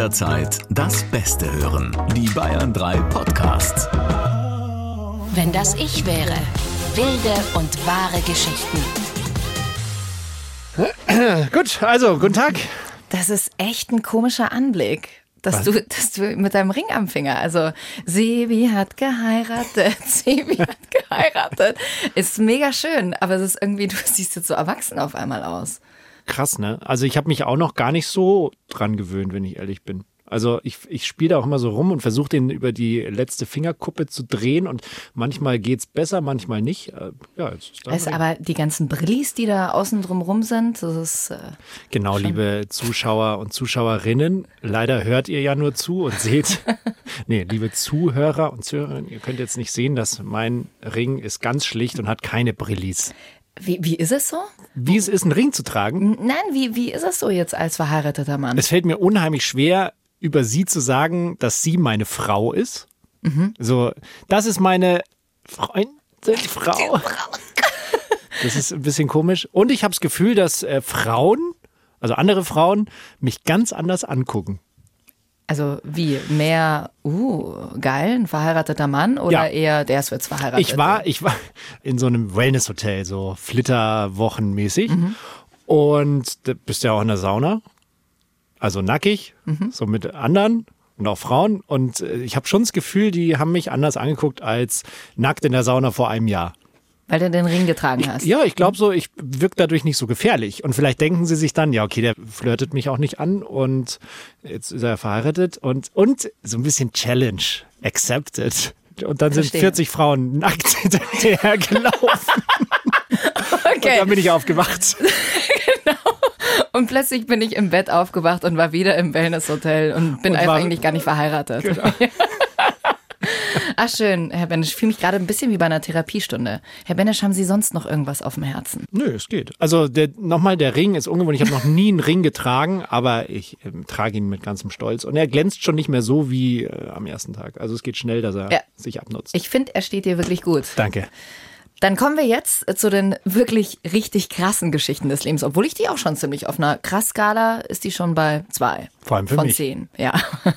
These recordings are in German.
jederzeit das Beste hören. Die Bayern 3 Podcasts. Wenn das ich wäre. Wilde und wahre Geschichten. Gut, also, guten Tag. Das ist echt ein komischer Anblick, dass du mit deinem Ring am Finger, also Sebi hat geheiratet, ist mega schön, aber es ist irgendwie, du siehst jetzt so erwachsen auf einmal aus. Krass, ne? Also ich habe mich auch noch gar nicht so dran gewöhnt, wenn ich ehrlich bin. Also ich spiele da auch immer so rum und versuche den über die letzte Fingerkuppe zu drehen und manchmal geht's besser, manchmal nicht. Ja, jetzt ist aber die ganzen Brillis, die da außen drumrum sind, das ist genau, liebe Zuschauer und Zuschauerinnen, leider hört ihr ja nur zu und seht, liebe Zuhörer und Zuhörerinnen, ihr könnt jetzt nicht sehen, dass mein Ring ist ganz schlicht und hat keine Brillis. Wie ist es so? Wie es ist, einen Ring zu tragen? Nein, wie ist es so jetzt als verheirateter Mann? Es fällt mir unheimlich schwer, über sie zu sagen, dass sie meine Frau ist. Mhm. So, das ist meine Freundin, Frau. Das ist ein bisschen komisch. Und ich habe das Gefühl, dass Frauen, also andere Frauen, mich ganz anders angucken. Also wie, mehr, geil, ein verheirateter Mann oder eher, der ist jetzt verheiratet? Ich war in so einem Wellness-Hotel, so Flitterwochenmäßig. Und da bist du ja auch in der Sauna. Also nackig, so mit anderen und auch Frauen. Und ich habe schon das Gefühl, die haben mich anders angeguckt als nackt in der Sauna vor einem Jahr. Weil du den Ring getragen hast. Ja, ich glaube so, ich wirke dadurch nicht so gefährlich. Und vielleicht denken sie sich dann, ja okay, der flirtet mich auch nicht an und jetzt ist er verheiratet. Und so ein bisschen Challenge accepted. Und dann sind 40 Frauen nackt hinterher gelaufen. Okay. Und dann bin ich aufgewacht. Genau. Und plötzlich bin ich im Bett aufgewacht und war wieder im Wellnesshotel und bin eigentlich gar nicht verheiratet. Genau. Ach schön, Herr Benesch, ich fühle mich gerade ein bisschen wie bei einer Therapiestunde. Herr Benesch, haben Sie sonst noch irgendwas auf dem Herzen? Nö, es geht. Also nochmal, der Ring ist ungewöhnlich. Ich habe noch nie einen Ring getragen, aber ich trage ihn mit ganzem Stolz. Und er glänzt schon nicht mehr so wie am ersten Tag. Also es geht schnell, dass er sich abnutzt. Ich finde, er steht dir wirklich gut. Danke. Dann kommen wir jetzt zu den wirklich richtig krassen Geschichten des Lebens. Obwohl ich die auch schon ziemlich auf einer Krass-Skala ist die schon bei 2. Vor allem für von mich. 10. Ja.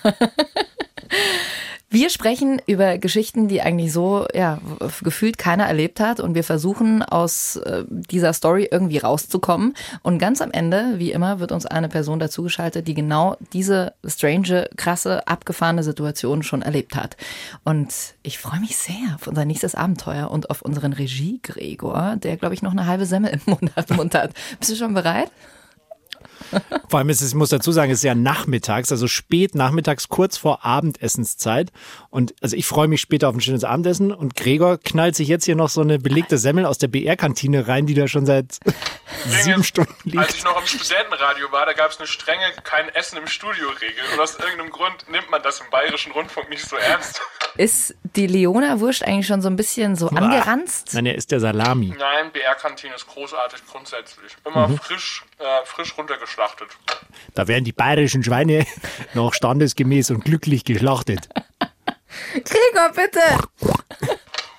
Wir sprechen über Geschichten, die eigentlich so gefühlt keiner erlebt hat. Und wir versuchen aus dieser Story irgendwie rauszukommen. Und ganz am Ende, wie immer, wird uns eine Person dazugeschaltet, die genau diese strange, krasse, abgefahrene Situation schon erlebt hat. Und ich freue mich sehr auf unser nächstes Abenteuer und auf unseren Regie-Gregor, der, glaube ich, noch eine halbe Semmel im Mund hat. Bist du schon bereit? Vor allem ich muss dazu sagen, es ist ja nachmittags, also spät nachmittags, kurz vor Abendessenszeit. Und also ich freue mich später auf ein schönes Abendessen und Gregor knallt sich jetzt hier noch so eine belegte Semmel aus der BR-Kantine rein, die da schon seit 7 Stunden liegt. Als ich noch am Studentenradio war, da gab es eine strenge kein Essen im Studio-Regel. Und aus irgendeinem Grund nimmt man das im Bayerischen Rundfunk nicht so ernst. Ist die Leona-Wurst eigentlich schon so ein bisschen so angeranzt? Nein, er ist der Salami. Nein, BR-Kantine ist großartig grundsätzlich. Immer frisch runtergeschlachtet. Da werden die bayerischen Schweine noch standesgemäß und glücklich geschlachtet. Gregor, bitte!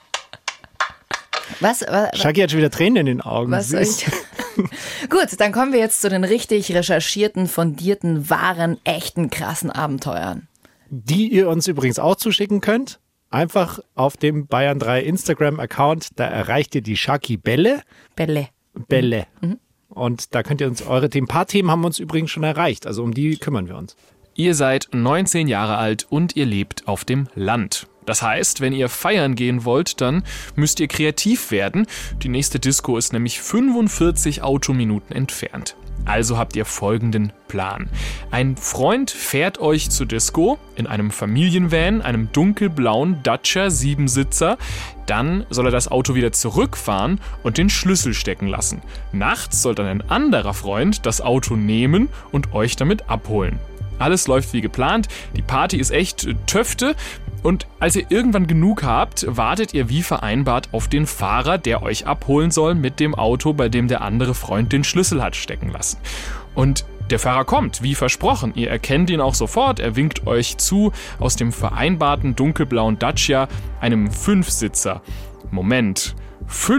Was? Shaki hat schon wieder Tränen in den Augen. Was soll ich? Gut, dann kommen wir jetzt zu den richtig recherchierten, fundierten, wahren, echten, krassen Abenteuern. Die ihr uns übrigens auch zuschicken könnt. Einfach auf dem Bayern 3 Instagram-Account. Da erreicht ihr die Shaki Bälle. Bälle. Mhm. Und da könnt ihr uns eure Themen. Ein paar Themen haben uns übrigens schon erreicht. Also um die kümmern wir uns. Ihr seid 19 Jahre alt und ihr lebt auf dem Land. Das heißt, wenn ihr feiern gehen wollt, dann müsst ihr kreativ werden. Die nächste Disco ist nämlich 45 Autominuten entfernt. Also habt ihr folgenden Plan. Ein Freund fährt euch zur Disco in einem Familienvan, einem dunkelblauen Dacia 7-Sitzer. Dann soll er das Auto wieder zurückfahren und den Schlüssel stecken lassen. Nachts soll dann ein anderer Freund das Auto nehmen und euch damit abholen. Alles läuft wie geplant, die Party ist echt Töfte und als ihr irgendwann genug habt, wartet ihr wie vereinbart auf den Fahrer, der euch abholen soll mit dem Auto, bei dem der andere Freund den Schlüssel hat stecken lassen. Und der Fahrer kommt, wie versprochen. Ihr erkennt ihn auch sofort, er winkt euch zu aus dem vereinbarten dunkelblauen Dacia, einem 5-Sitzer. Moment,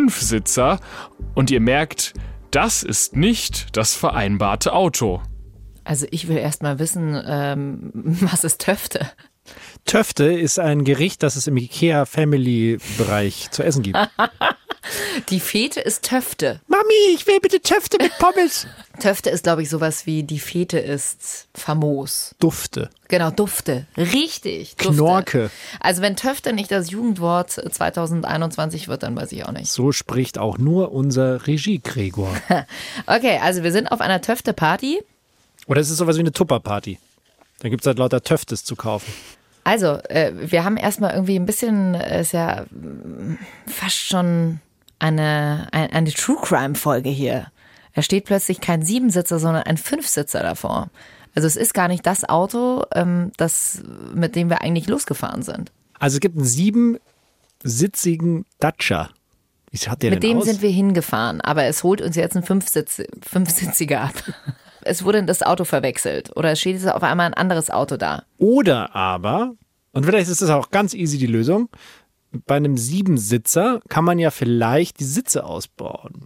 5-Sitzer? Und ihr merkt, das ist nicht das vereinbarte Auto. Also ich will erst mal wissen, was ist Töfte? Töfte ist ein Gericht, das es im IKEA-Family-Bereich zu essen gibt. Die Fete ist Töfte. Mami, ich will bitte Töfte mit Pommes. Töfte ist, glaube ich, sowas wie die Fete ist famos. Dufte. Genau, Dufte. Richtig. Dufte. Knorke. Also wenn Töfte nicht das Jugendwort 2021 wird, dann weiß ich auch nicht. So spricht auch nur unser Regie-Gregor. Okay, also wir sind auf einer Töfte-Party. Oder es ist sowas wie eine Tupper-Party. Da gibt es halt lauter Töftes zu kaufen. Also, wir haben erstmal irgendwie ein bisschen, ist ja fast schon eine True-Crime-Folge hier. Da steht plötzlich kein 7-Sitzer, sondern ein 5-Sitzer davor. Also es ist gar nicht das Auto, mit dem wir eigentlich losgefahren sind. Also es gibt einen 7-sitzigen Dacia. Wie hat der Mit denn dem aus? sind wir hingefahren, aber es holt uns jetzt ein 5-Sitziger ab. Es wurde das Auto verwechselt oder es steht jetzt auf einmal ein anderes Auto da. Oder aber, und vielleicht ist das auch ganz easy die Lösung, bei einem 7-Sitzer kann man ja vielleicht die Sitze ausbauen.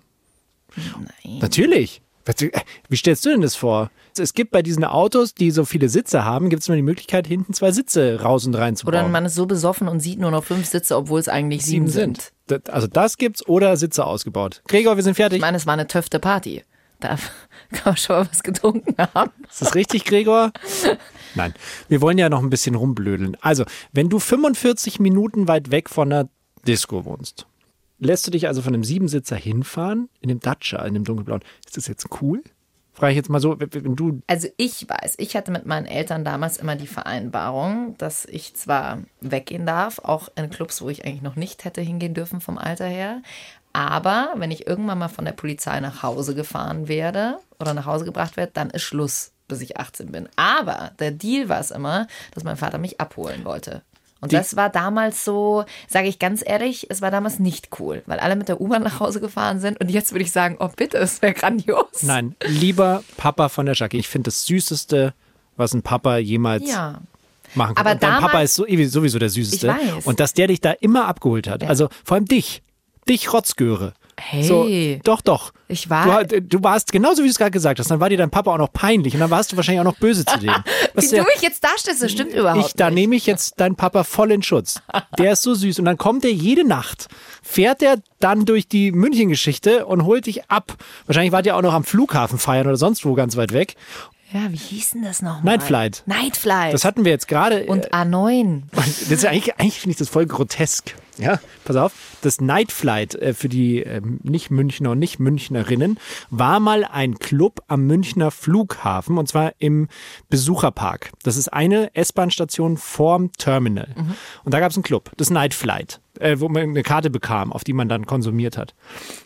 Nein. Natürlich. Wie stellst du denn das vor? Es gibt bei diesen Autos, die so viele Sitze haben, gibt es nur die Möglichkeit, hinten 2 Sitze raus und rein zu bauen. Oder man ist so besoffen und sieht nur noch 5 Sitze, obwohl es eigentlich 7 sind. Also das gibt's oder Sitze ausgebaut. Gregor, wir sind fertig. Ich meine, es war eine Töfte-Party. Da kann man schon mal was getrunken haben. Ist das richtig, Gregor? Nein, wir wollen ja noch ein bisschen rumblödeln. Also, wenn du 45 Minuten weit weg von einer Disco wohnst, lässt du dich also von einem 7-Sitzer hinfahren, in dem Dacia, in dem dunkelblauen. Ist das jetzt cool? Frage ich jetzt mal so, wenn du... Also ich weiß, ich hatte mit meinen Eltern damals immer die Vereinbarung, dass ich zwar weggehen darf, auch in Clubs, wo ich eigentlich noch nicht hätte hingehen dürfen vom Alter her, aber wenn ich irgendwann mal von der Polizei nach Hause gefahren werde oder nach Hause gebracht werde, dann ist Schluss, bis ich 18 bin. Aber der Deal war es immer, dass mein Vater mich abholen wollte. Und das war damals so, sage ich ganz ehrlich, es war damals nicht cool, weil alle mit der U-Bahn nach Hause gefahren sind. Und jetzt würde ich sagen, oh bitte, es wäre grandios. Nein, lieber Papa von der Schacke. Ich finde das Süßeste, was ein Papa jemals machen kann. Aber und dein damals, Papa ist sowieso der Süßeste. Ich weiß. Und dass der dich da immer abgeholt hat. Ja. Also vor allem dich Rotzgöre. Hey. So, doch. Ich war... Du warst genauso, wie du es gerade gesagt hast. Dann war dir dein Papa auch noch peinlich. Und dann warst du wahrscheinlich auch noch böse zu dem. Wie du mich jetzt darstellst, das stimmt überhaupt nicht. Da nehme ich jetzt deinen Papa voll in Schutz. Der ist so süß. Und dann kommt er jede Nacht, fährt er dann durch die München-Geschichte und holt dich ab. Wahrscheinlich wart ihr auch noch am Flughafen feiern oder sonst wo ganz weit weg. Ja, wie hieß denn das nochmal? Night Flight. Night Flight. Das hatten wir jetzt gerade. Und A9. Das ist eigentlich finde ich das voll grotesk. Ja, pass auf. Das Night Flight für die Nicht-Münchner und Nicht-Münchnerinnen war mal ein Club am Münchner Flughafen und zwar im Besucherpark. Das ist eine S-Bahn-Station vorm Terminal. Mhm. Und da gab es einen Club, das Night Flight, wo man eine Karte bekam, auf die man dann konsumiert hat.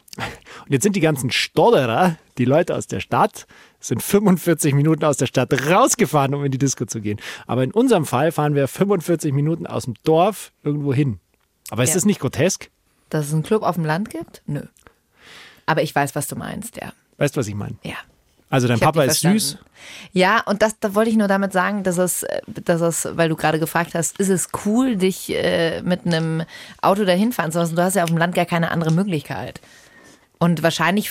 Und jetzt sind die ganzen Stollerer, die Leute aus der Stadt, sind 45 Minuten aus der Stadt rausgefahren, um in die Disco zu gehen. Aber in unserem Fall fahren wir 45 Minuten aus dem Dorf irgendwo hin. Aber ist das nicht grotesk? Dass es einen Club auf dem Land gibt? Nö. Aber ich weiß, was du meinst, ja. Weißt du, was ich meine? Ja. Also dein Papa ist süß? Ja, und da wollte ich nur damit sagen, dass es, weil du gerade gefragt hast, ist es cool, dich mit einem Auto dahin fahren zu lassen? Du hast ja auf dem Land gar keine andere Möglichkeit. Und wahrscheinlich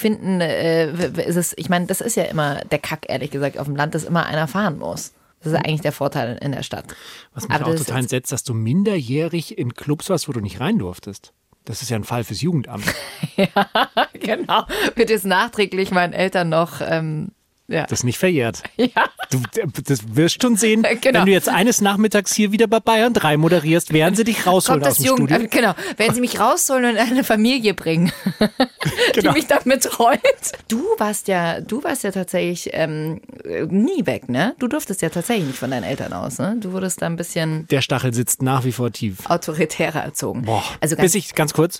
ist es, ich meine, das ist ja immer der Kack, ehrlich gesagt, auf dem Land, dass immer einer fahren muss. Das ist eigentlich der Vorteil in der Stadt. Was mich auch total entsetzt, dass du minderjährig in Clubs warst, wo du nicht rein durftest. Das ist ja ein Fall fürs Jugendamt. Ja, genau. Wird jetzt nachträglich meinen Eltern noch... Ja. Das ist nicht verjährt. Ja. Das wirst schon sehen, genau. Wenn du jetzt eines Nachmittags hier wieder bei Bayern 3 moderierst, werden sie dich rausholen aus dem Studio. Genau, werden sie mich rausholen und in eine Familie bringen, genau. Die mich dann betreut. Du warst ja tatsächlich nie weg, ne? Du durftest ja tatsächlich nicht von deinen Eltern aus, ne? Du wurdest da ein bisschen... Der Stachel sitzt nach wie vor tief. Autoritärer erzogen. Boah, also bis ich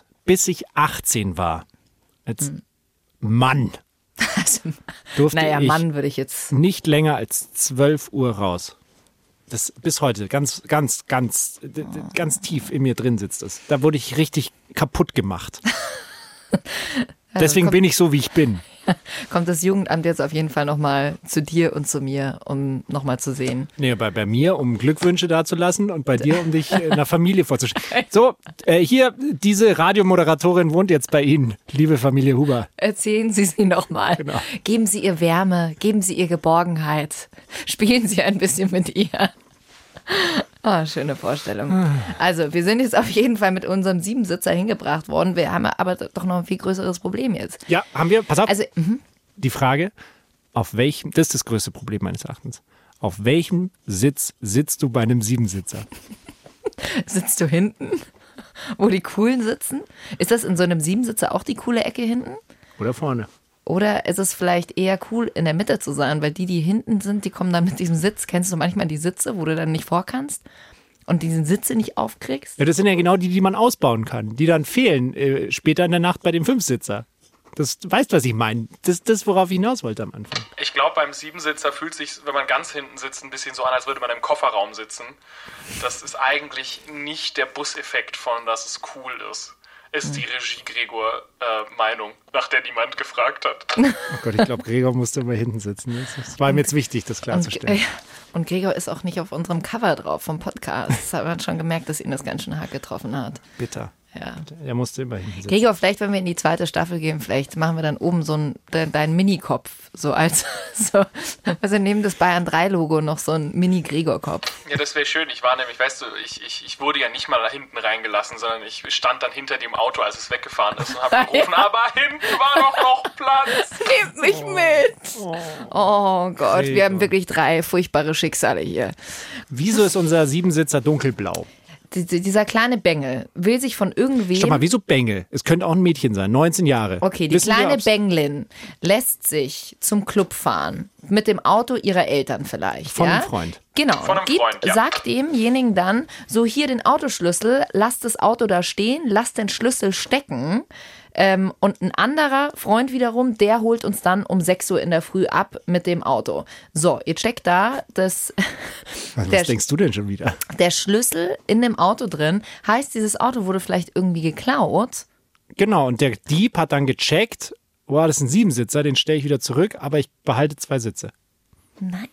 18 war, als Mann, durfte ich Mann würde ich jetzt... nicht länger als 12 Uhr raus. Das bis heute ganz tief in mir drin sitzt es. Da wurde ich richtig kaputt gemacht. Deswegen bin ich so, wie ich bin. kommt das Jugendamt jetzt auf jeden Fall nochmal zu dir und zu mir, um nochmal zu sehen. Nee, bei mir, um Glückwünsche dazulassen und bei dir, um dich einer Familie vorzustellen. So, hier, diese Radiomoderatorin wohnt jetzt bei Ihnen, liebe Familie Huber. Erzählen Sie sie nochmal. Genau. Geben Sie ihr Wärme, geben Sie ihr Geborgenheit. Spielen Sie ein bisschen mit ihr. Oh, schöne Vorstellung. Also, wir sind jetzt auf jeden Fall mit unserem Siebensitzer hingebracht worden. Wir haben aber doch noch ein viel größeres Problem jetzt. Ja, haben wir, pass auf, Also, die Frage, auf welchem, das ist das größte Problem meines Erachtens, auf welchem Sitz sitzt du bei einem Siebensitzer? sitzt du hinten, wo die Coolen sitzen? Ist das in so einem Siebensitzer auch die coole Ecke hinten? Oder vorne? Oder ist es vielleicht eher cool, in der Mitte zu sein, weil die hinten sind, die kommen dann mit diesem Sitz. Kennst du manchmal die Sitze, wo du dann nicht vor kannst und diesen Sitze nicht aufkriegst? Ja, das sind ja genau die man ausbauen kann, die dann fehlen später in der Nacht bei dem Fünfsitzer. Das weißt, was ich meine. Das, worauf ich hinaus wollte am Anfang. Ich glaube, beim Siebensitzer fühlt sich, wenn man ganz hinten sitzt, ein bisschen so an, als würde man im Kofferraum sitzen. Das ist eigentlich nicht der Buseffekt von, dass es cool ist. Ist die Regie-Gregor-Meinung, nach der niemand gefragt hat. Oh Gott, ich glaube, Gregor musste immer hinten sitzen. Das war mir jetzt wichtig, das klarzustellen. Und Gregor ist auch nicht auf unserem Cover drauf vom Podcast. Das hat man schon gemerkt, dass ihn das ganz schön hart getroffen hat. Bitter. Ja. Er musste immer hinten sitzen. Gregor, vielleicht, wenn wir in die zweite Staffel gehen, vielleicht machen wir dann oben so deinen Mini-Kopf, so als, also neben das Bayern 3-Logo noch so ein Mini-Gregor-Kopf. Ja, das wäre schön. Ich war nämlich, weißt du, ich wurde ja nicht mal da hinten reingelassen, sondern ich stand dann hinter dem Auto, als es weggefahren ist und habe gerufen, aber hinten war doch noch Platz. Nehmt mich mit. Oh Gott, wir haben wirklich 3 furchtbare Schicksale hier. Wieso ist unser Siebensitzer dunkelblau? Dieser kleine Bengel will sich von irgendwem... Stopp mal, wieso Bengel? Es könnte auch ein Mädchen sein, 19 Jahre. Okay, die Wissen wir, kleine ob's- Benglin lässt sich zum Club fahren. Mit dem Auto ihrer Eltern vielleicht. Von ja? einem Freund. Genau. Von einem Freund, ja. Sagt demjenigen dann, so hier den Autoschlüssel, lasst das Auto da stehen, lasst den Schlüssel stecken. Und ein anderer Freund wiederum, der holt uns dann um 6 Uhr in der Früh ab mit dem Auto. So, jetzt steckt da das... Was denkst du denn schon wieder? Der Schlüssel in dem Auto drin, heißt, dieses Auto wurde vielleicht irgendwie geklaut. Genau, und der Dieb hat dann gecheckt, wow, das ist ein Siebensitzer, den stelle ich wieder zurück, aber ich behalte 2 Sitze. Nein,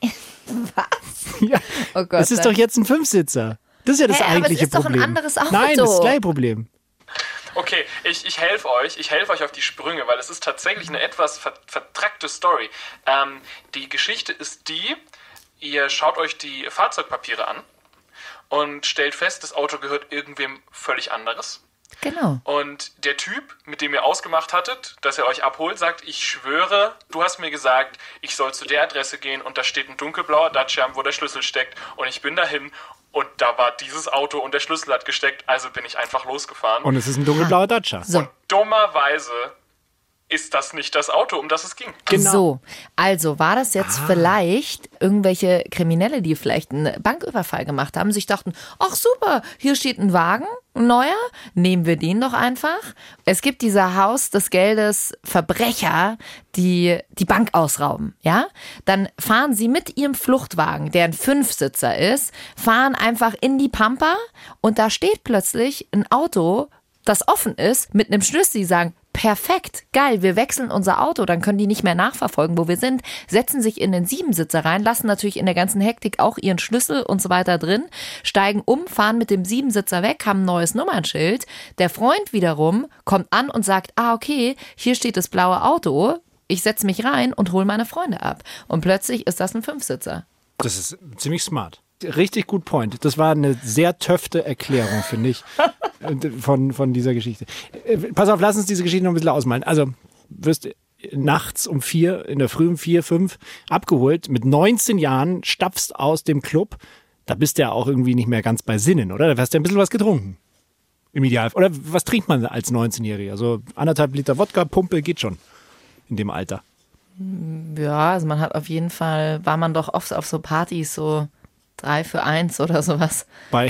was? Ja, Oh Gott. es ist doch jetzt ein Fünfsitzer. Das ist ja das Hä, aber es eigentliche ist doch ein Problem. anderes Auto. Nein, das ist das gleiche Problem. Okay, ich helfe euch. Ich helfe euch auf die Sprünge, weil es ist tatsächlich eine etwas vertrackte Story. Die Geschichte ist die, ihr schaut euch die Fahrzeugpapiere an und stellt fest, das Auto gehört irgendwem völlig anderes. Genau. Und der Typ, mit dem ihr ausgemacht hattet, dass er euch abholt, sagt, ich schwöre, du hast mir gesagt, ich soll zu der Adresse gehen und da steht ein dunkelblauer Dacia, wo der Schlüssel steckt und ich bin dahin und da war dieses Auto und der Schlüssel hat gesteckt, also bin ich einfach losgefahren. Und es ist ein dunkelblauer Dacia. So. Dummerweise ist das nicht das Auto, um das es ging. Genau. So, also war das jetzt vielleicht irgendwelche Kriminelle, die vielleicht einen Banküberfall gemacht haben, sich dachten, ach super, hier steht ein Wagen, ein neuer, nehmen wir den doch einfach. Es gibt dieser Haus des Geldes Verbrecher, die die Bank ausrauben, ja? Dann fahren sie mit ihrem Fluchtwagen, der ein Fünfsitzer ist, fahren einfach in die Pampa und da steht plötzlich ein Auto, das offen ist, mit einem Schlüssel, die sagen, perfekt, geil, wir wechseln unser Auto, dann können die nicht mehr nachverfolgen, wo wir sind, setzen sich in den Siebensitzer rein, lassen natürlich in der ganzen Hektik auch ihren Schlüssel und so weiter drin, steigen um, fahren mit dem Siebensitzer weg, haben ein neues Nummernschild. Der Freund wiederum kommt an und sagt, okay, hier steht das blaue Auto, ich setze mich rein und hole meine Freunde ab. Und plötzlich ist das ein Fünfsitzer. Das ist ziemlich smart. Richtig gut Point. Das war eine sehr töfte Erklärung, finde ich, von dieser Geschichte. Pass auf, lass uns diese Geschichte noch ein bisschen ausmalen. Also, wirst nachts um 4, in der Früh um 4, 5 abgeholt, mit 19 Jahren, stapfst aus dem Club. Da bist du ja auch irgendwie nicht mehr ganz bei Sinnen, oder? Da hast du ja ein bisschen was getrunken. Im Idealfall. Oder was trinkt man als 19-Jähriger? So 1,5 Liter Wodka, Pumpe, geht schon in dem Alter. Ja, also man hat auf jeden Fall, war man doch oft auf so Partys, so 3 für 1 oder sowas.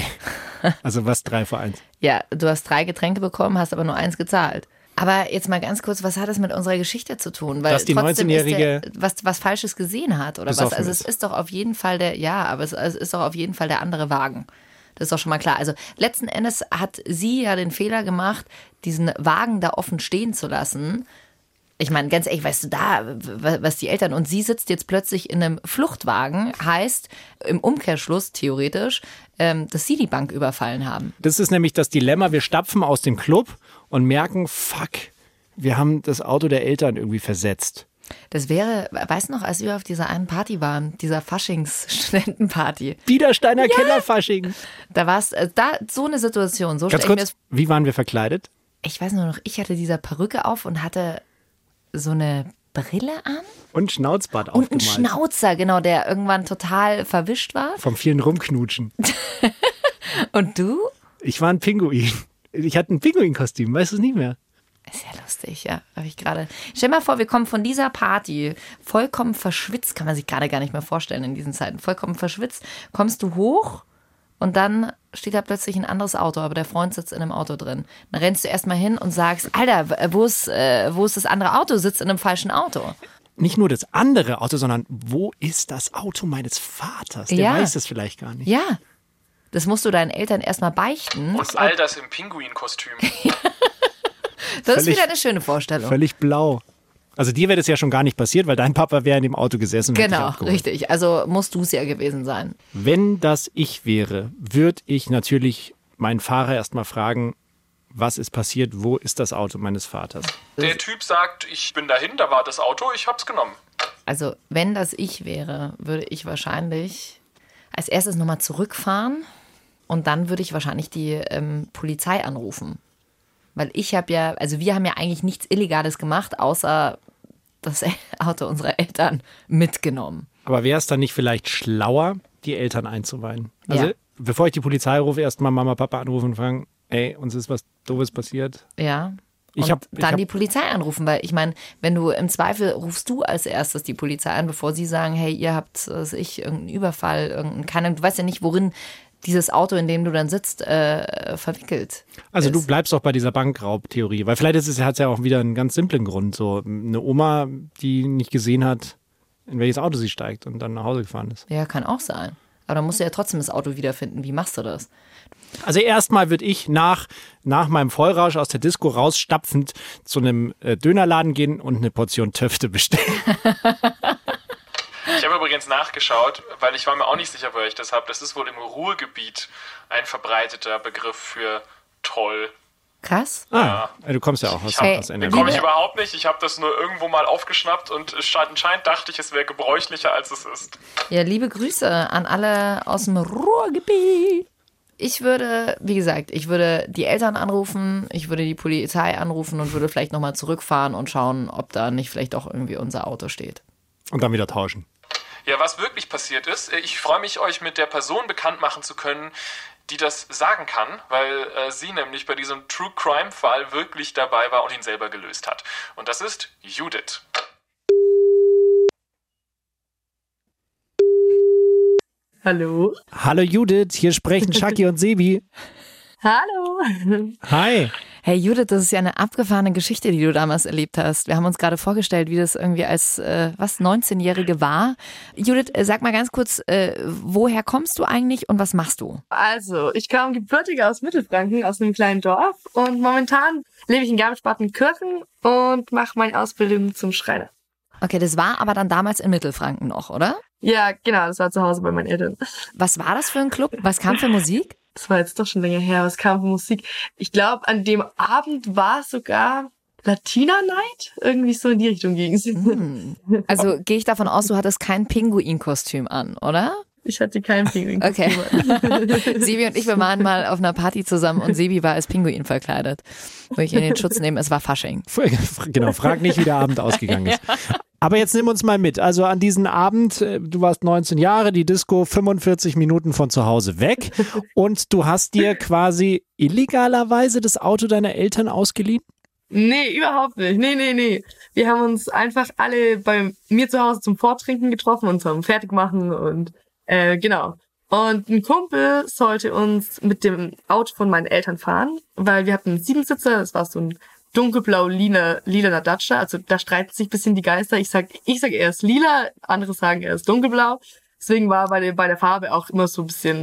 Also was 3 für 1? Ja, du hast 3 Getränke bekommen, hast aber nur 1 gezahlt. Aber jetzt mal ganz kurz, was hat das mit unserer Geschichte zu tun? Weil Dass die trotzdem 19-Jährige ist der, was Falsches gesehen hat oder was? besoffen Also es ist. ist doch auf jeden Fall es ist doch auf jeden Fall der andere Wagen. Das ist doch schon mal klar. Also letzten Endes hat sie ja den Fehler gemacht, diesen Wagen da offen stehen zu lassen. Ich meine, ganz ehrlich, weißt du da, was die Eltern, und sie sitzt jetzt plötzlich in einem Fluchtwagen, heißt im Umkehrschluss theoretisch, dass sie die Bank überfallen haben. Das ist nämlich das Dilemma, wir stapfen aus dem Club und merken, fuck, wir haben das Auto der Eltern irgendwie versetzt. Das wäre, weißt du noch, als wir auf dieser einen Party waren, dieser Faschings-Studentenparty. Biedersteiner Kellerfasching. Da war es, so eine Situation. So Ganz stell ich mir kurz, wie waren wir verkleidet? Ich weiß nur noch, ich hatte diese Perücke auf und hatte so eine Brille an. Und Schnauzbart Und ein aufgemalt. Schnauzer, genau, der irgendwann total verwischt war. Vom vielen Rumknutschen. Und du? Ich war ein Pinguin. Ich hatte ein Pinguinkostüm, weißt du es nicht mehr? Ist ja lustig, ja. Habe ich gerade. Stell dir mal vor, wir kommen von dieser Party vollkommen verschwitzt, kann man sich gerade gar nicht mehr vorstellen in diesen Zeiten. Vollkommen verschwitzt, kommst du hoch und dann steht da plötzlich ein anderes Auto, aber der Freund sitzt in einem Auto drin. Dann rennst du erstmal hin und sagst, Alter, wo ist das andere Auto? Sitzt in einem falschen Auto. Nicht nur das andere Auto, sondern wo ist das Auto meines Vaters? Der weiß das vielleicht gar nicht. Ja, das musst du deinen Eltern erstmal beichten. Und all das im Pinguinkostüm. Das ist wieder eine schöne Vorstellung. Völlig blau. Also dir wäre das ja schon gar nicht passiert, weil dein Papa wäre in dem Auto gesessen. Und hätte dich Genau, abgeholt. richtig. Also musst du es ja gewesen sein. Wenn das ich wäre, würde ich natürlich meinen Fahrer erstmal fragen, was ist passiert, wo ist das Auto meines Vaters? Der Typ sagt, ich bin dahin, da war das Auto, ich hab's genommen. Also wenn das ich wäre, würde ich wahrscheinlich als erstes nochmal zurückfahren und dann würde ich wahrscheinlich die Polizei anrufen. Weil wir haben ja eigentlich nichts Illegales gemacht, außer das Auto unserer Eltern mitgenommen. Aber wäre es dann nicht vielleicht schlauer, die Eltern einzuweihen? Also bevor ich die Polizei rufe, erstmal Mama, Papa anrufen und fragen, ey, uns ist was Doofes passiert. Ja. Ich hab die Polizei anrufen, weil ich meine, wenn du im Zweifel rufst du als erstes die Polizei an, bevor sie sagen, hey, ihr habt, irgendeinen Überfall, du weißt ja nicht, worin dieses Auto, in dem du dann sitzt, verwickelt. Also ist. du bleibst auch bei dieser Bankraubtheorie, weil vielleicht hat es ja auch wieder einen ganz simplen Grund. So eine Oma, die nicht gesehen hat, in welches Auto sie steigt und dann nach Hause gefahren ist. Ja, kann auch sein. Aber dann musst du ja trotzdem das Auto wiederfinden. Wie machst du das? Also erstmal würde ich nach meinem Vollrausch aus der Disco rausstapfend zu einem Dönerladen gehen und eine Portion Töfte bestellen. Ich habe übrigens nachgeschaut, weil ich war mir auch nicht sicher, woher ich das habe. Das ist wohl im Ruhrgebiet ein verbreiteter Begriff für toll. Krass. Du kommst ja auch aus Den NRW. komme ich überhaupt nicht. Ich habe das nur irgendwo mal aufgeschnappt und anscheinend dachte ich, es wäre gebräuchlicher, als es ist. Ja, liebe Grüße an alle aus dem Ruhrgebiet. Ich würde die Eltern anrufen, ich würde die Polizei anrufen und würde vielleicht nochmal zurückfahren und schauen, ob da nicht vielleicht auch irgendwie unser Auto steht. Und dann wieder tauschen. Ja, was wirklich passiert ist, ich freue mich, euch mit der Person bekannt machen zu können, die das sagen kann, weil sie nämlich bei diesem True-Crime-Fall wirklich dabei war und ihn selber gelöst hat. Und das ist Judith. Hallo. Hallo Judith, hier sprechen Chucky und Sebi. Hallo. Hi. Hey Judith, das ist ja eine abgefahrene Geschichte, die du damals erlebt hast. Wir haben uns gerade vorgestellt, wie das irgendwie als 19-Jährige war. Judith, sag mal ganz kurz, woher kommst du eigentlich und was machst du? Also, ich komme gebürtig aus Mittelfranken, aus einem kleinen Dorf. Und momentan lebe ich in Garmisch-Partenkirchen und mache meine Ausbildung zum Schreiner. Okay, das war aber dann damals in Mittelfranken noch, oder? Ja, genau, das war zu Hause bei meinen Eltern. Was war das für ein Club? Was kam für Musik? Das war jetzt doch schon länger her, was kam für Musik. Ich glaube, an dem Abend war es sogar Latina Night. Irgendwie so in die Richtung ging es. Also gehe ich davon aus, du hattest kein Pinguinkostüm an, oder? Ich hatte kein Pinguin. Okay. Sebi und ich, wir waren mal auf einer Party zusammen und Sebi war als Pinguin verkleidet. Würde ich in den Schutz nehmen, es war Fasching. Genau, frag nicht, wie der Abend ausgegangen ist. Aber jetzt nimm uns mal mit. Also an diesen Abend, du warst 19 Jahre, die Disco 45 Minuten von zu Hause weg und du hast dir quasi illegalerweise das Auto deiner Eltern ausgeliehen? Nee, überhaupt nicht. Nee. Wir haben uns einfach alle bei mir zu Hause zum Vortrinken getroffen und zum Fertigmachen und genau. Und ein Kumpel sollte uns mit dem Auto von meinen Eltern fahren, weil wir hatten einen Siebensitzer, das war so ein dunkelblau-lilaner Dacia, also da streiten sich ein bisschen die Geister. Ich sag, er ist lila, andere sagen, er ist dunkelblau. Deswegen war bei der Farbe auch immer so ein bisschen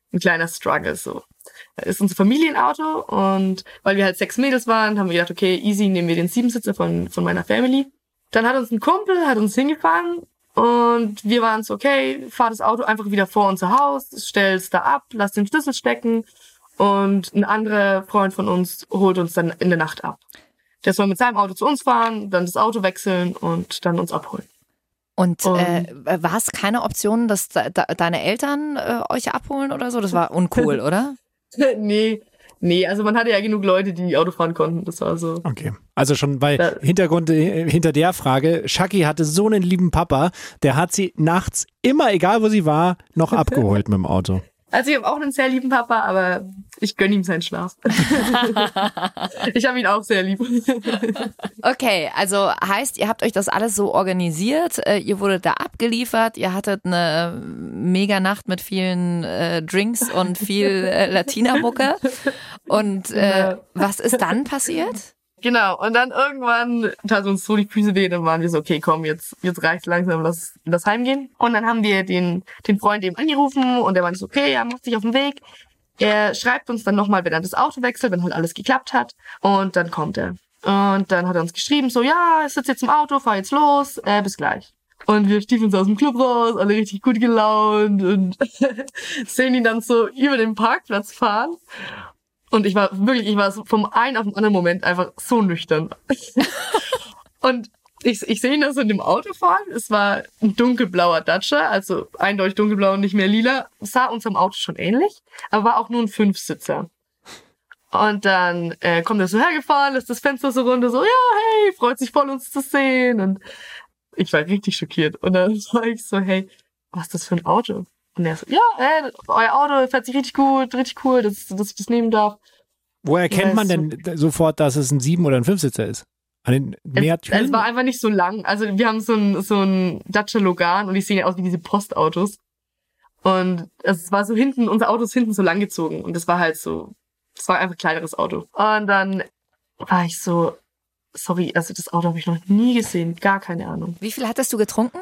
ein kleiner Struggle so. Das ist unser Familienauto und weil wir halt 6 Mädels waren, haben wir gedacht, okay, easy, nehmen wir den 7-Sitzer von meiner Family. Dann hat uns ein Kumpel, hat uns hingefahren und wir waren so, okay, fahr das Auto einfach wieder vor unser Haus, stell's da ab, lass den Schlüssel stecken und ein anderer Freund von uns holt uns dann in der Nacht ab. Der soll mit seinem Auto zu uns fahren, dann das Auto wechseln und dann uns abholen. Und war es keine Option, dass deine Eltern euch abholen oder so? Das war uncool, oder? Nee, also man hatte ja genug Leute, die Auto fahren konnten. Das war so. Okay. Also schon, weil Hintergrund hinter der Frage, Shaki hatte so einen lieben Papa, der hat sie nachts immer, egal wo sie war, noch abgeholt mit dem Auto. Also ich habe auch einen sehr lieben Papa, aber ich gönne ihm seinen Schlaf. Ich habe ihn auch sehr lieb. Okay, also heißt, ihr habt euch das alles so organisiert, ihr wurdet da abgeliefert, ihr hattet eine mega Nacht mit vielen Drinks und viel Latina-Mucke. Und was ist dann passiert? Genau, und dann irgendwann tat uns so die Füße weh, dann waren wir so, okay, komm, jetzt reicht's langsam, lass heimgehen. Und dann haben wir den Freund eben angerufen und der meinte so, okay, er macht sich auf den Weg. Er schreibt uns dann nochmal, wenn er das Auto wechselt, wenn halt alles geklappt hat. Und dann kommt er. Und dann hat er uns geschrieben, so, ja, ich sitze jetzt im Auto, fahr jetzt los, bis gleich. Und wir stiefeln so aus dem Club raus, alle richtig gut gelaunt und sehen ihn dann so über den Parkplatz fahren. Und ich war so vom einen auf den anderen Moment einfach so nüchtern. Und ich sehe ihn da so in dem Auto fahren. Es war ein dunkelblauer Dacia, also eindeutig dunkelblau und nicht mehr lila. Sah unserem Auto schon ähnlich, aber war auch nur ein 5-Sitzer. Und dann kommt er so hergefahren, lässt das Fenster so runter, so, ja, hey, freut sich voll, uns zu sehen. Und ich war richtig schockiert. Und dann war ich so, hey, was ist das für ein Auto? Und er so, ja, euer Auto fährt sich richtig gut, richtig cool, dass ich das nehmen darf. Woher erkennt man denn sofort, dass es ein 7- oder ein 5-Sitzer ist? An den Mehrtüren? Es war einfach nicht so lang. Also wir haben so ein Dacia Logan und die sehen ja aus wie diese Postautos. Und es war so hinten, unser Auto ist hinten so lang gezogen. Und das war halt so, das war einfach ein kleineres Auto. Und dann war ich so, sorry, also das Auto habe ich noch nie gesehen, gar keine Ahnung. Wie viel hattest du getrunken?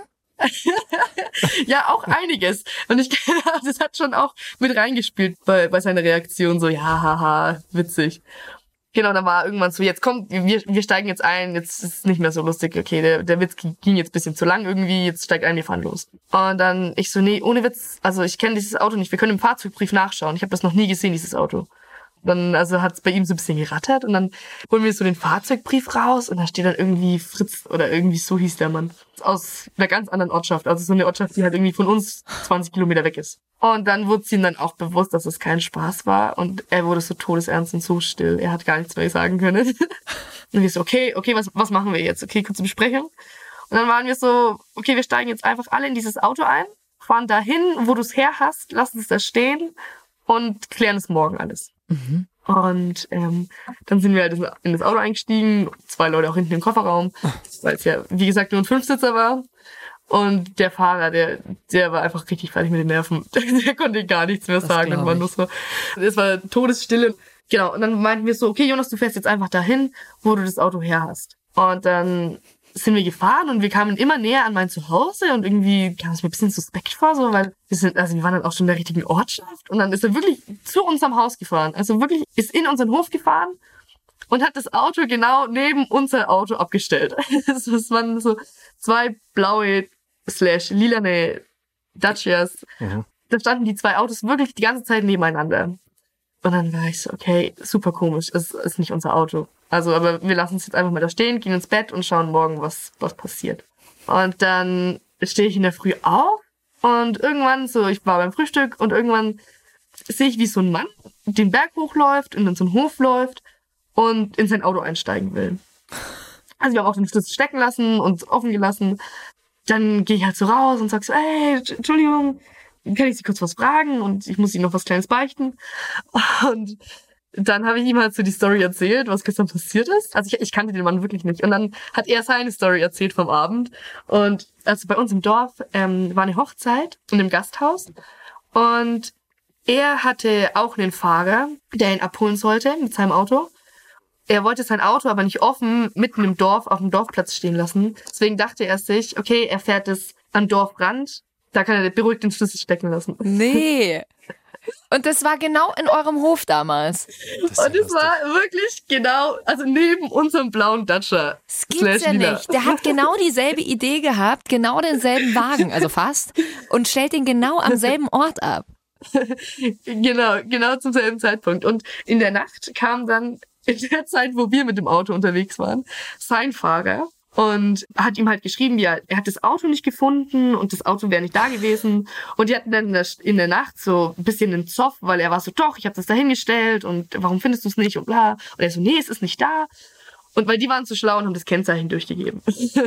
Ja, auch einiges. Und ich glaube, das hat schon auch mit reingespielt bei seiner Reaktion. So, ja, haha, witzig. Genau, dann war irgendwann so, jetzt kommt, wir steigen jetzt ein, jetzt ist es nicht mehr so lustig. Okay, der Witz ging jetzt ein bisschen zu lang irgendwie, jetzt steigt ein, wir fahren los. Und dann ich so, nee, ohne Witz, also ich kenne dieses Auto nicht, wir können im Fahrzeugbrief nachschauen. Ich habe das noch nie gesehen, dieses Auto. Dann also hat es bei ihm so ein bisschen gerattert und dann holen wir so den Fahrzeugbrief raus und da steht dann irgendwie Fritz oder irgendwie so hieß der Mann. Aus einer ganz anderen Ortschaft, also so eine Ortschaft, die halt irgendwie von uns 20 Kilometer weg ist. Und dann wurde es ihm dann auch bewusst, dass es kein Spaß war und er wurde so todesernst und so still. Er hat gar nichts mehr sagen können. Und wir so, okay, was machen wir jetzt? Okay, kurze Besprechung. Und dann waren wir so, okay, wir steigen jetzt einfach alle in dieses Auto ein, fahren dahin, wo du es her hast, lassen es da stehen und klären es morgen alles. Mhm. Und dann sind wir halt in das Auto eingestiegen, 2 Leute auch hinten im Kofferraum, weil es ja, wie gesagt, nur ein 5-Sitzer war. Und der Fahrer, der war einfach richtig fertig mit den Nerven. Der konnte gar nichts mehr sagen. Und war nur so, es war Todesstille. Genau, und dann meinten wir so, okay, Jonas, du fährst jetzt einfach dahin, wo du das Auto her hast. Und dann sind wir gefahren und wir kamen immer näher an mein Zuhause und irgendwie kam es mir ein bisschen suspekt vor, so, weil wir waren dann auch schon in der richtigen Ortschaft und dann ist er wirklich zu unserem Haus gefahren. Also wirklich ist in unseren Hof gefahren und hat das Auto genau neben unser Auto abgestellt. Das waren so 2 blaue / lilane Dacias. Mhm. Da standen die 2 Autos wirklich die ganze Zeit nebeneinander. Und dann war ich so, okay, super komisch, es ist nicht unser Auto. Also, aber wir lassen es jetzt einfach mal da stehen, gehen ins Bett und schauen morgen, was passiert. Und dann stehe ich in der Früh auf und irgendwann so, ich war beim Frühstück und irgendwann sehe ich, wie so ein Mann den Berg hochläuft und in so einen Hof läuft und in sein Auto einsteigen will. Also wir haben auch den Schlüssel stecken lassen und offen gelassen. Dann gehe ich halt so raus und sag so, ey, Entschuldigung, kann ich Sie kurz was fragen? Und ich muss Ihnen noch was Kleines beichten. Und dann habe ich ihm halt so die Story erzählt, was gestern passiert ist. Also ich kannte den Mann wirklich nicht. Und dann hat er seine Story erzählt vom Abend. Und also bei uns im Dorf war eine Hochzeit in einem Gasthaus. Und er hatte auch einen Fahrer, der ihn abholen sollte mit seinem Auto. Er wollte sein Auto aber nicht offen mitten im Dorf auf dem Dorfplatz stehen lassen. Deswegen dachte er sich, okay, er fährt es am Dorfrand. Da kann er beruhigt den Schlüssel stecken lassen. Nee. Und das war genau in eurem Hof damals. Und es war wirklich genau, also neben unserem blauen Dacia. Das gibt's ja nicht. Der hat genau dieselbe Idee gehabt, genau denselben Wagen, also fast, und stellt den genau am selben Ort ab. Genau zum selben Zeitpunkt. Und in der Nacht kam dann, in der Zeit, wo wir mit dem Auto unterwegs waren, sein Fahrer und hat ihm halt geschrieben, ja, er hat das Auto nicht gefunden und das Auto wäre nicht da gewesen. Und die hatten dann in der Nacht so ein bisschen einen Zoff, weil er war so, doch, ich habe das da hingestellt und warum findest du es nicht und bla. Und er so, nee, es ist nicht da. Und weil die waren zu schlau und haben das Kennzeichen durchgegeben,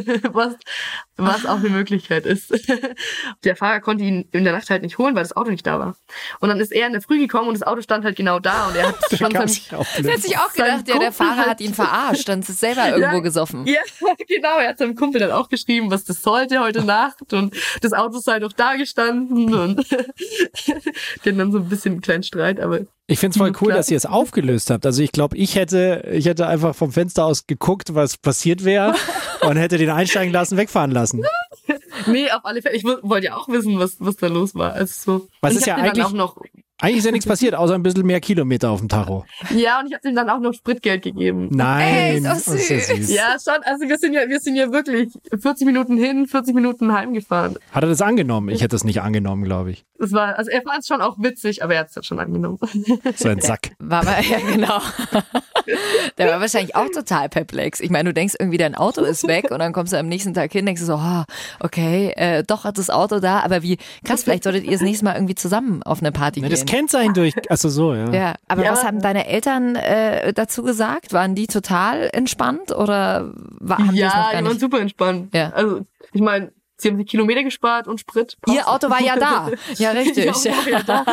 was auch eine Möglichkeit ist. Der Fahrer konnte ihn in der Nacht halt nicht holen, weil das Auto nicht da war. Und dann ist er in der Früh gekommen und das Auto stand halt genau da und er hat schon Das hätte ich auch gedacht, ja, der Fahrer hat ihn verarscht, dann ist es selber irgendwo gesoffen. Ja, genau, er hat seinem Kumpel dann auch geschrieben, was das sollte heute Nacht und das Auto sei doch da gestanden und die hatten dann so ein bisschen einen kleinen Streit, aber ich finde es voll cool, dass ihr es aufgelöst habt. Also ich glaube, ich hätte einfach vom Fenster aus geguckt, was passiert wäre und hätte den einsteigen lassen, wegfahren lassen. Nee, auf alle Fälle. Ich wollte ja auch wissen, was da los war. Also so. Was ist ja eigentlich ist ja nichts passiert, außer ein bisschen mehr Kilometer auf dem Tacho. Ja, und ich habe ihm dann auch noch Spritgeld gegeben. Nein, das ist ja süß. Ja, schon. Also wir sind ja wirklich 40 Minuten hin, 40 Minuten heimgefahren. Hat er das angenommen? Ich hätte es nicht angenommen, glaube ich. Also er fand es schon auch witzig, aber er hat es dann schon angenommen. So ein Sack. Ja, genau. Der war wahrscheinlich auch total perplex. Ich meine, du denkst irgendwie, dein Auto ist weg und dann kommst du am nächsten Tag hin, denkst du so, okay, doch hat das Auto da, aber wie krass, vielleicht solltet ihr das nächste Mal irgendwie zusammen auf eine Party gehen. Das Kennzeichen durch, achso so, ja. Ja, aber was haben deine Eltern dazu gesagt? Waren die total entspannt oder haben die es noch gar die nicht? waren super entspannt. Ja. Also ich meine, sie haben sich Kilometer gespart und Sprit. Ihr Auto war ja da. Ja, richtig. Ihr Auto war ja da.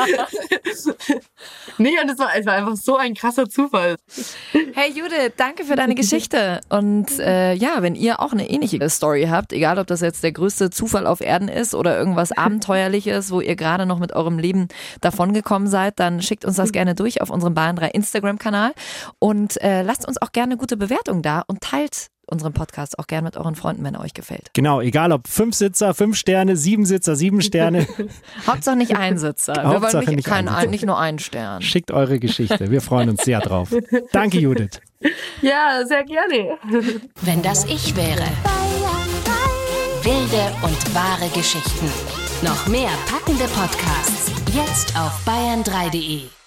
Nee, und es war einfach so ein krasser Zufall. Hey Judith, danke für deine Geschichte. Und wenn ihr auch eine ähnliche Story habt, egal ob das jetzt der größte Zufall auf Erden ist oder irgendwas Abenteuerliches, wo ihr gerade noch mit eurem Leben davongekommen seid, dann schickt uns das gerne durch auf unserem Bayern 3 Instagram-Kanal und lasst uns auch gerne gute Bewertungen da und teilt unseren Podcast auch gerne mit euren Freunden, wenn er euch gefällt. Genau, egal ob 5 Sitzer, 5 Sterne, 7 Sitzer, 7 Sterne. Hauptsache nicht Einsitzer. Wir wollen nicht nur einen Stern. Schickt eure Geschichte. Wir freuen uns sehr drauf. Danke, Judith. Ja, sehr gerne. Wenn das ich wäre. Wilde und wahre Geschichten. Noch mehr packende Podcasts. Jetzt auf bayern3.de.